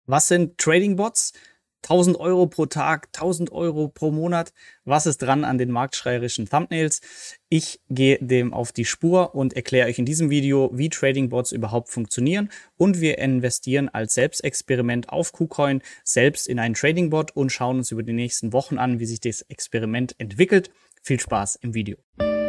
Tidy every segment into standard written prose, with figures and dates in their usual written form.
Was sind Trading Bots? 1000 Euro pro Tag, 1000 Euro pro Monat. Was ist dran an den marktschreierischen Thumbnails? Ich gehe dem auf die Spur und erkläre euch in diesem Video, wie Trading Bots überhaupt funktionieren. Und wir investieren als Selbstexperiment auf KuCoin selbst in einen Trading Bot und schauen uns über die nächsten Wochen an, wie sich das Experiment entwickelt. Viel Spaß im Video.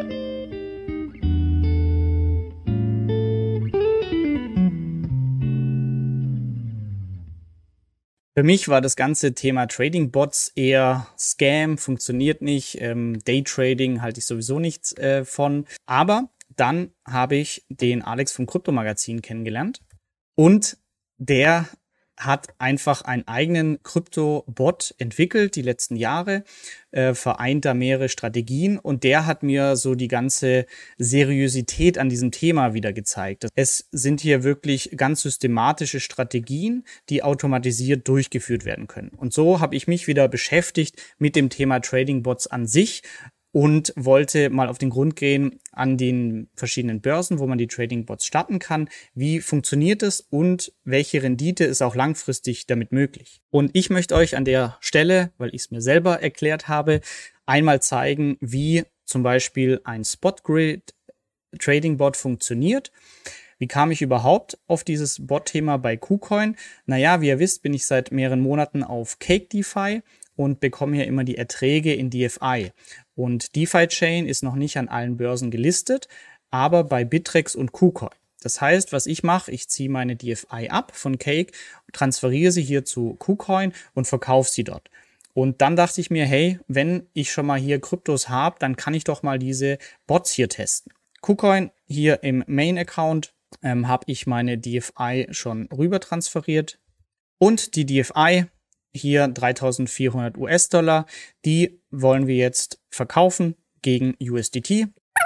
Für mich war das ganze Thema Trading Bots eher Scam, funktioniert nicht. Daytrading halte ich sowieso nichts von. Aber dann habe ich den Alex vom Kryptomagazin kennengelernt und der hat einfach einen eigenen Krypto-Bot entwickelt die letzten Jahre, vereint da mehrere Strategien und der hat mir so die ganze Seriosität an diesem Thema wieder gezeigt. Es sind hier wirklich ganz systematische Strategien, die automatisiert durchgeführt werden können. Und so habe ich mich wieder beschäftigt mit dem Thema Trading Bots an sich und wollte mal auf den Grund gehen an den verschiedenen Börsen, wo man die Trading Bots starten kann. Wie funktioniert es und welche Rendite ist auch langfristig damit möglich? Und ich möchte euch an der Stelle, weil ich es mir selber erklärt habe, einmal zeigen, wie zum Beispiel ein SpotGrid Trading Bot funktioniert. Wie kam ich überhaupt auf dieses Bot-Thema bei KuCoin? Naja, wie ihr wisst, bin ich seit mehreren Monaten auf CakeDeFi und bekomme hier immer die Erträge in DeFi. Und DeFi-Chain ist noch nicht an allen Börsen gelistet, aber bei Bittrex und KuCoin. Das heißt, was ich mache, ich ziehe meine DeFi ab von Cake, transferiere sie hier zu KuCoin und verkaufe sie dort. Und dann dachte ich mir, hey, wenn ich schon mal hier Kryptos habe, dann kann ich doch mal diese Bots hier testen. KuCoin hier im Main-Account habe ich meine DeFi schon rüber transferiert. Und die DeFi, hier 3.400 US-Dollar, die wollen wir jetzt verkaufen gegen USDT.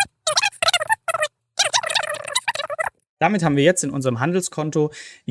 Damit haben wir jetzt in unserem Handelskonto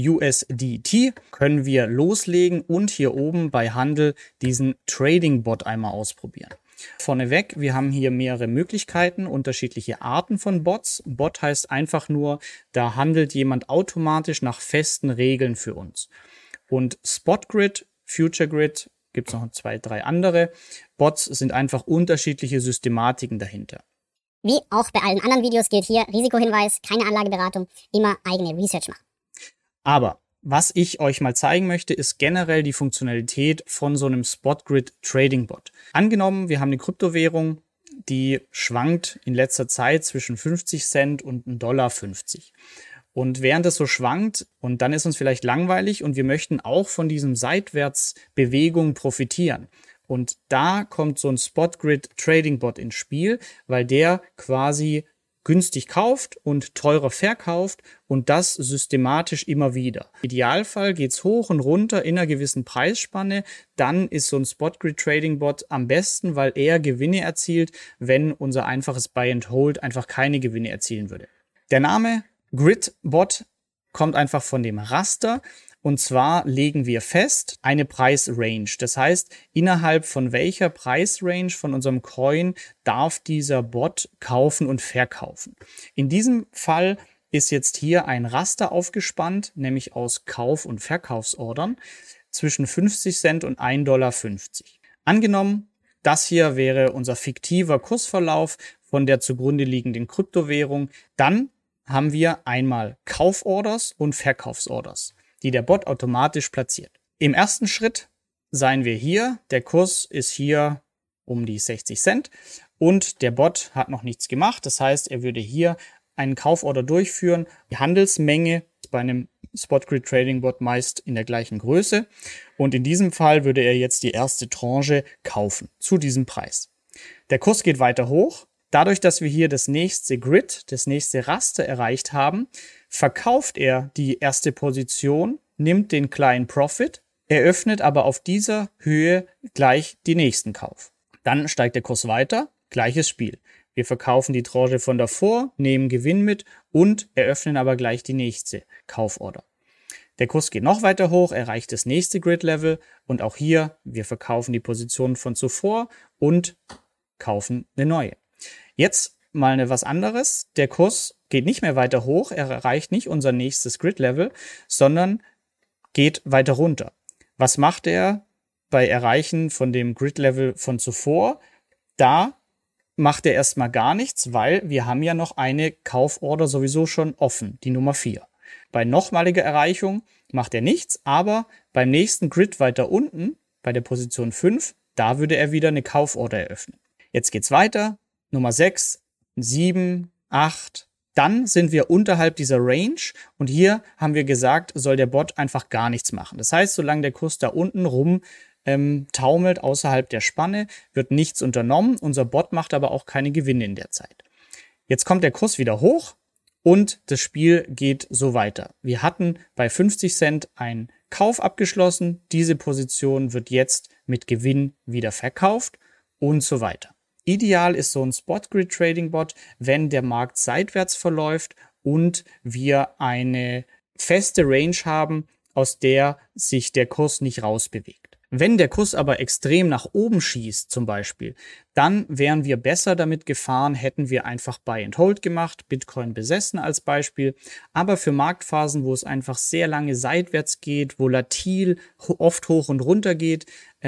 USDT, können wir loslegen und hier oben bei Handel diesen Trading Bot einmal ausprobieren. Vorneweg, wir haben hier mehrere Möglichkeiten, unterschiedliche Arten von Bots. Bot heißt einfach nur, da handelt jemand automatisch nach festen Regeln für uns. Und SpotGrid, FutureGrid, gibt es noch 2, 3 andere. Bots sind einfach unterschiedliche Systematiken dahinter. Wie auch bei allen anderen Videos gilt hier Risikohinweis, keine Anlageberatung, immer eigene Research machen. Aber was ich euch mal zeigen möchte, ist generell die Funktionalität von so einem SpotGrid Trading Bot. Angenommen, wir haben eine Kryptowährung, die schwankt in letzter Zeit zwischen 50 Cent und $1,50. Und während es so schwankt, und dann ist uns vielleicht langweilig und wir möchten auch von diesem Seitwärtsbewegung profitieren. Und da kommt so ein SpotGrid Trading Bot ins Spiel, weil der quasi günstig kauft und teurer verkauft und das systematisch immer wieder. Im Idealfall geht's hoch und runter in einer gewissen Preisspanne. Dann ist so ein SpotGrid Trading Bot am besten, weil er Gewinne erzielt, wenn unser einfaches Buy and Hold einfach keine Gewinne erzielen würde. Der Name Grid-Bot kommt einfach von dem Raster und zwar legen wir fest eine Preisrange. Das heißt, innerhalb von welcher Preisrange von unserem Coin darf dieser Bot kaufen und verkaufen. In diesem Fall ist jetzt hier ein Raster aufgespannt, nämlich aus Kauf- und Verkaufsordern zwischen 50 Cent und $1,50. Angenommen, das hier wäre unser fiktiver Kursverlauf von der zugrunde liegenden Kryptowährung, dann haben wir einmal Kauforders und Verkaufsorders, die der Bot automatisch platziert. Im ersten Schritt seien wir hier, der Kurs ist hier um die 60 Cent und der Bot hat noch nichts gemacht. Das heißt, er würde hier einen Kauforder durchführen. Die Handelsmenge ist bei einem SpotGrid Trading Bot meist in der gleichen Größe und in diesem Fall würde er jetzt die erste Tranche kaufen zu diesem Preis. Der Kurs geht weiter hoch. Dadurch, dass wir hier das nächste Grid, das nächste Raster erreicht haben, verkauft er die erste Position, nimmt den kleinen Profit, eröffnet aber auf dieser Höhe gleich den nächsten Kauf. Dann steigt der Kurs weiter, gleiches Spiel. Wir verkaufen die Tranche von davor, nehmen Gewinn mit und eröffnen aber gleich die nächste Kauforder. Der Kurs geht noch weiter hoch, erreicht das nächste Grid-Level und auch hier, wir verkaufen die Positionen von zuvor und kaufen eine neue. Jetzt mal was anderes. Der Kurs geht nicht mehr weiter hoch, er erreicht nicht unser nächstes Grid-Level, sondern geht weiter runter. Was macht er bei Erreichen von dem Grid-Level von zuvor? Da macht er erstmal gar nichts, weil wir haben ja noch eine Kauforder sowieso schon offen, die Nummer 4. Bei nochmaliger Erreichung macht er nichts, aber beim nächsten Grid weiter unten, bei der Position 5, da würde er wieder eine Kauforder eröffnen. Jetzt geht's weiter, Nummer 6, 7, 8, dann sind wir unterhalb dieser Range und hier haben wir gesagt, soll der Bot einfach gar nichts machen. Das heißt, solange der Kurs da unten rum taumelt außerhalb der Spanne, wird nichts unternommen. Unser Bot macht aber auch keine Gewinne in der Zeit. Jetzt kommt der Kurs wieder hoch und das Spiel geht so weiter. Wir hatten bei 50 Cent einen Kauf abgeschlossen. Diese Position wird jetzt mit Gewinn wieder verkauft und so weiter. Ideal ist so ein Spot-Grid-Trading-Bot, wenn der Markt seitwärts verläuft und wir eine feste Range haben, aus der sich der Kurs nicht rausbewegt. Wenn der Kurs aber extrem nach oben schießt zum Beispiel, dann wären wir besser damit gefahren, hätten wir einfach Buy and Hold gemacht, Bitcoin besessen als Beispiel. Aber für Marktphasen, wo es einfach sehr lange seitwärts geht, volatil, oft hoch und runter geht,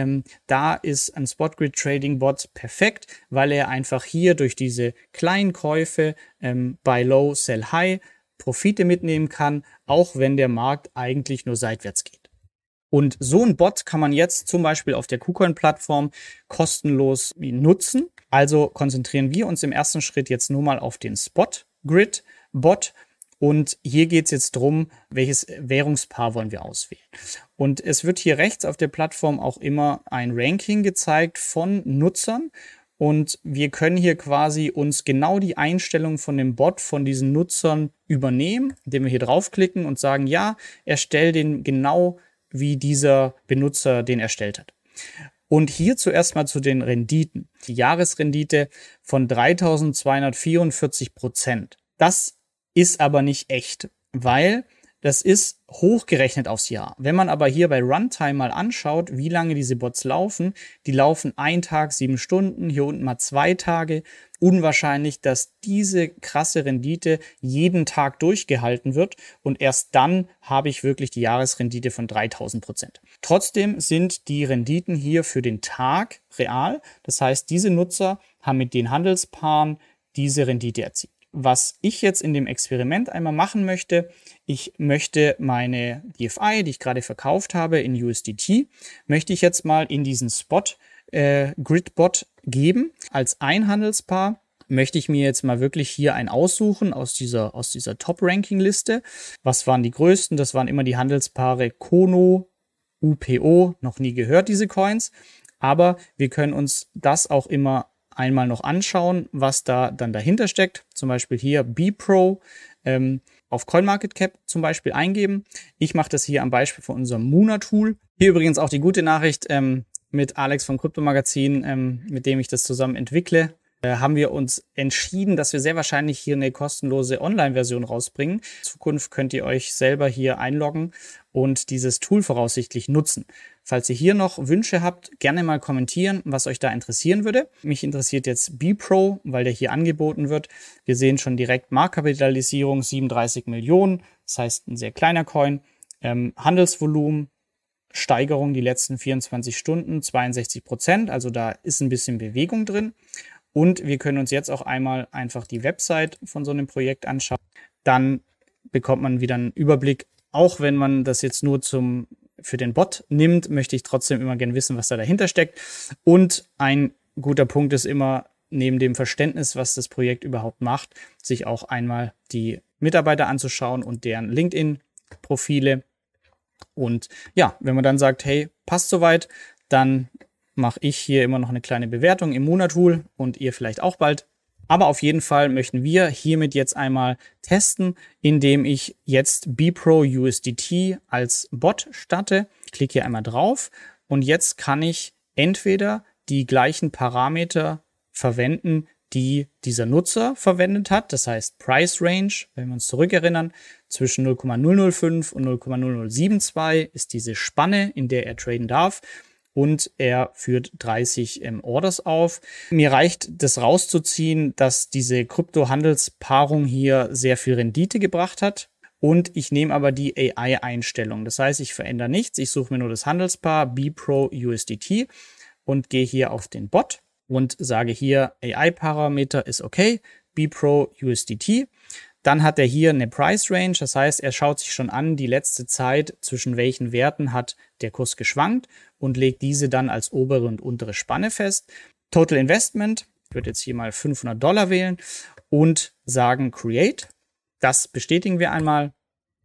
da ist ein Spot-Grid Trading Bot perfekt, weil er einfach hier durch diese kleinen Käufe Buy Low, Sell High Profite mitnehmen kann, auch wenn der Markt eigentlich nur seitwärts geht. Und so ein Bot kann man jetzt zum Beispiel auf der KuCoin-Plattform kostenlos nutzen. Also konzentrieren wir uns im ersten Schritt jetzt nur mal auf den Spot-Grid-Bot. Und hier geht es jetzt drum, welches Währungspaar wollen wir auswählen. Und es wird hier rechts auf der Plattform auch immer ein Ranking gezeigt von Nutzern. Und wir können hier quasi uns genau die Einstellung von dem Bot von diesen Nutzern übernehmen, indem wir hier draufklicken und sagen, ja, erstell den genau wie dieser Benutzer den erstellt hat. Und hier zuerst mal zu den Renditen. Die Jahresrendite von 3.244%. Das ist aber nicht echt, weil das ist hochgerechnet aufs Jahr. Wenn man aber hier bei Runtime mal anschaut, wie lange diese Bots laufen, die laufen 1 Tag, 7 Stunden, hier unten mal 2 Tage. Unwahrscheinlich, dass diese krasse Rendite jeden Tag durchgehalten wird und erst dann habe ich wirklich die Jahresrendite von 3.000%. Trotzdem sind die Renditen hier für den Tag real. Das heißt, diese Nutzer haben mit den Handelspaaren diese Rendite erzielt. Was ich jetzt in dem Experiment einmal machen möchte, ich möchte meine DFI, die ich gerade verkauft habe in USDT, möchte ich jetzt mal in diesen Spot-Grid-Bot geben. Als ein Handelspaar möchte ich mir jetzt mal wirklich hier ein aussuchen aus dieser Top-Ranking-Liste. Was waren die größten? Das waren immer die Handelspaare Kono, UPO, noch nie gehört diese Coins. Aber wir können uns das auch immer einmal noch anschauen, was da dann dahinter steckt. Zum Beispiel hier BPro auf CoinMarketCap zum Beispiel eingeben. Ich mache das hier am Beispiel von unserem Muna-Tool. Hier übrigens auch die gute Nachricht mit Alex vom Krypto-Magazin, mit dem ich das zusammen entwickle. Haben wir uns entschieden, dass wir sehr wahrscheinlich hier eine kostenlose Online-Version rausbringen. In Zukunft könnt ihr euch selber hier einloggen und dieses Tool voraussichtlich nutzen. Falls ihr hier noch Wünsche habt, gerne mal kommentieren, was euch da interessieren würde. Mich interessiert jetzt BPro, weil der hier angeboten wird. Wir sehen schon direkt Marktkapitalisierung 37 Millionen, das heißt ein sehr kleiner Coin. Handelsvolumen, Steigerung die letzten 24 Stunden, 62%, also da ist ein bisschen Bewegung drin. Und wir können uns jetzt auch einmal einfach die Website von so einem Projekt anschauen. Dann bekommt man wieder einen Überblick. Auch wenn man das jetzt nur für den Bot nimmt, möchte ich trotzdem immer gerne wissen, was da dahinter steckt. Und ein guter Punkt ist immer, neben dem Verständnis, was das Projekt überhaupt macht, sich auch einmal die Mitarbeiter anzuschauen und deren LinkedIn-Profile. Und ja, wenn man dann sagt, hey, passt soweit, dann mache ich hier immer noch eine kleine Bewertung im Muna-Tool und ihr vielleicht auch bald. Aber auf jeden Fall möchten wir hiermit jetzt einmal testen, indem ich jetzt BPro USDT als Bot starte. Ich klicke hier einmal drauf und jetzt kann ich entweder die gleichen Parameter verwenden, die dieser Nutzer verwendet hat. Das heißt Price Range, wenn wir uns zurückerinnern, zwischen 0,005 und 0,0072 ist diese Spanne, in der er traden darf. Und er führt 30 Orders auf. Mir reicht das rauszuziehen, dass diese Kryptohandelspaarung hier sehr viel Rendite gebracht hat. und ich nehme aber die AI-Einstellung. Das heißt, ich verändere nichts. Ich suche mir nur das Handelspaar BPRO USDT und gehe hier auf den Bot und sage hier AI-Parameter ist okay, BPRO USDT. Dann hat er hier eine Price Range, das heißt, er schaut sich schon an, die letzte Zeit, zwischen welchen Werten hat der Kurs geschwankt und legt diese dann als obere und untere Spanne fest. Total Investment, ich würde jetzt hier mal $500 wählen und sagen Create. Das bestätigen wir einmal.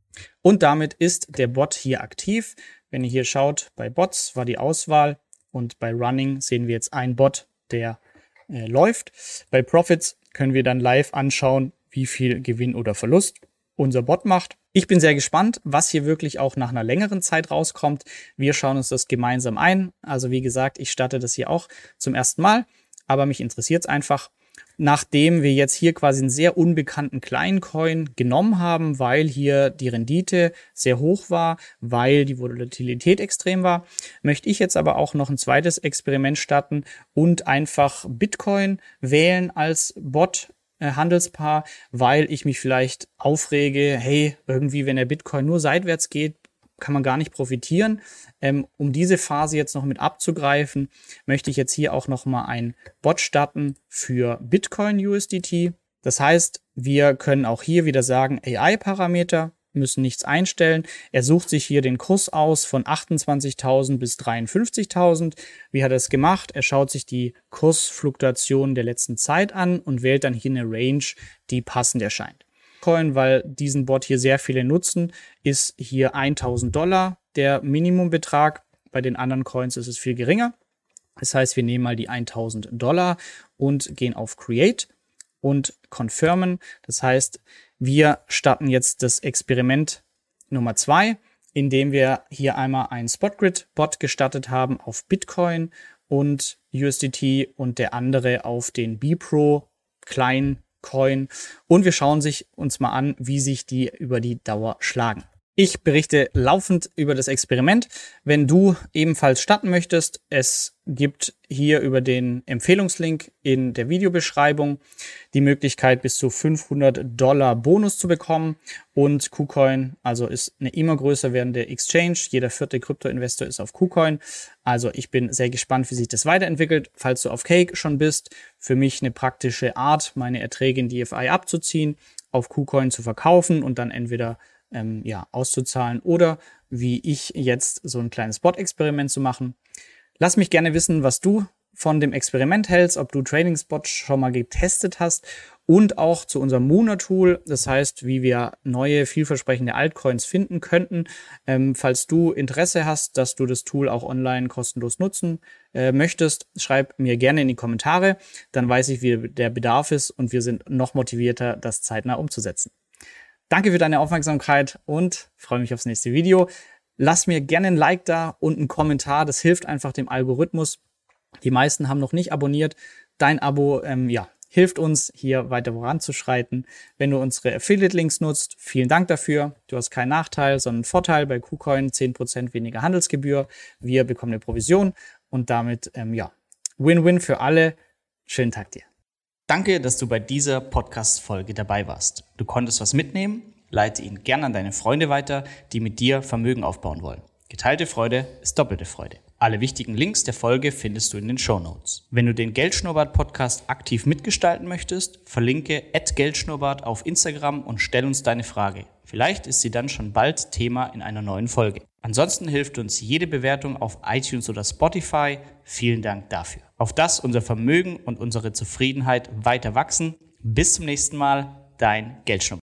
Und damit ist der Bot hier aktiv. Wenn ihr hier schaut, bei Bots war die Auswahl und bei Running sehen wir jetzt einen Bot, der läuft. Bei Profits können wir dann live anschauen, wie viel Gewinn oder Verlust unser Bot macht. Ich bin sehr gespannt, was hier wirklich auch nach einer längeren Zeit rauskommt. Wir schauen uns das gemeinsam ein. Also wie gesagt, ich starte das hier auch zum ersten Mal, aber mich interessiert es einfach. Nachdem wir jetzt hier quasi einen sehr unbekannten kleinen Coin genommen haben, weil hier die Rendite sehr hoch war, weil die Volatilität extrem war, möchte ich jetzt aber auch noch ein zweites Experiment starten und einfach Bitcoin wählen als Bot Handelspaar, weil ich mich vielleicht aufrege, hey, irgendwie, wenn der Bitcoin nur seitwärts geht, kann man gar nicht profitieren. Um diese Phase jetzt noch mit abzugreifen, möchte ich jetzt hier auch nochmal einen Bot starten für Bitcoin USDT. Das heißt, wir können auch hier wieder sagen, AI-Parameter, müssen nichts einstellen. Er sucht sich hier den Kurs aus von 28.000 bis 53.000. Wie hat er es gemacht? Er schaut sich die Kursfluktuation der letzten Zeit an und wählt dann hier eine Range, die passend erscheint. Bitcoin, weil diesen Bot hier sehr viele nutzen, ist hier $1.000 der Minimumbetrag. Bei den anderen Coins ist es viel geringer. Das heißt, wir nehmen mal die $1.000 und gehen auf Create und confirmen. Das heißt, wir starten jetzt das Experiment Nummer 2, indem wir hier einmal einen SpotGrid-Bot gestartet haben auf Bitcoin und USDT und der andere auf den BPRO kleinen Coin. Und wir schauen uns mal an, wie sich die über die Dauer schlagen. Ich berichte laufend über das Experiment. Wenn du ebenfalls starten möchtest, es gibt hier über den Empfehlungslink in der Videobeschreibung die Möglichkeit, bis zu $500 Bonus zu bekommen. Und KuCoin, also ist eine immer größer werdende Exchange. Jeder 4. Kryptoinvestor ist auf KuCoin. Also ich bin sehr gespannt, wie sich das weiterentwickelt. Falls du auf Cake schon bist, für mich eine praktische Art, meine Erträge in DFI abzuziehen, auf KuCoin zu verkaufen und dann entweder auszuzahlen oder wie ich jetzt so ein kleines Bot-Experiment zu machen. Lass mich gerne wissen, was du von dem Experiment hältst, ob du Trading-Spot schon mal getestet hast und auch zu unserem Mooner-Tool, das heißt, wie wir neue, vielversprechende Altcoins finden könnten. Falls du Interesse hast, dass du das Tool auch online kostenlos nutzen möchtest, schreib mir gerne in die Kommentare, dann weiß ich, wie der Bedarf ist und wir sind noch motivierter, das zeitnah umzusetzen. Danke für deine Aufmerksamkeit und freue mich aufs nächste Video. Lass mir gerne ein Like da und einen Kommentar. Das hilft einfach dem Algorithmus. Die meisten haben noch nicht abonniert. Dein Abo hilft uns, hier weiter voranzuschreiten. Wenn du unsere Affiliate-Links nutzt, vielen Dank dafür. Du hast keinen Nachteil, sondern einen Vorteil. Bei KuCoin 10% weniger Handelsgebühr. Wir bekommen eine Provision und damit Win-Win für alle. Schönen Tag dir. Danke, dass du bei dieser Podcast-Folge dabei warst. Du konntest was mitnehmen? Leite ihn gerne an deine Freunde weiter, die mit dir Vermögen aufbauen wollen. Geteilte Freude ist doppelte Freude. Alle wichtigen Links der Folge findest du in den Shownotes. Wenn du den Geldschnurrbart-Podcast aktiv mitgestalten möchtest, verlinke @Geldschnurrbart auf Instagram und stell uns deine Frage. Vielleicht ist sie dann schon bald Thema in einer neuen Folge. Ansonsten hilft uns jede Bewertung auf iTunes oder Spotify. Vielen Dank dafür. Auf dass unser Vermögen und unsere Zufriedenheit weiter wachsen. Bis zum nächsten Mal, dein Geldschnurrbart.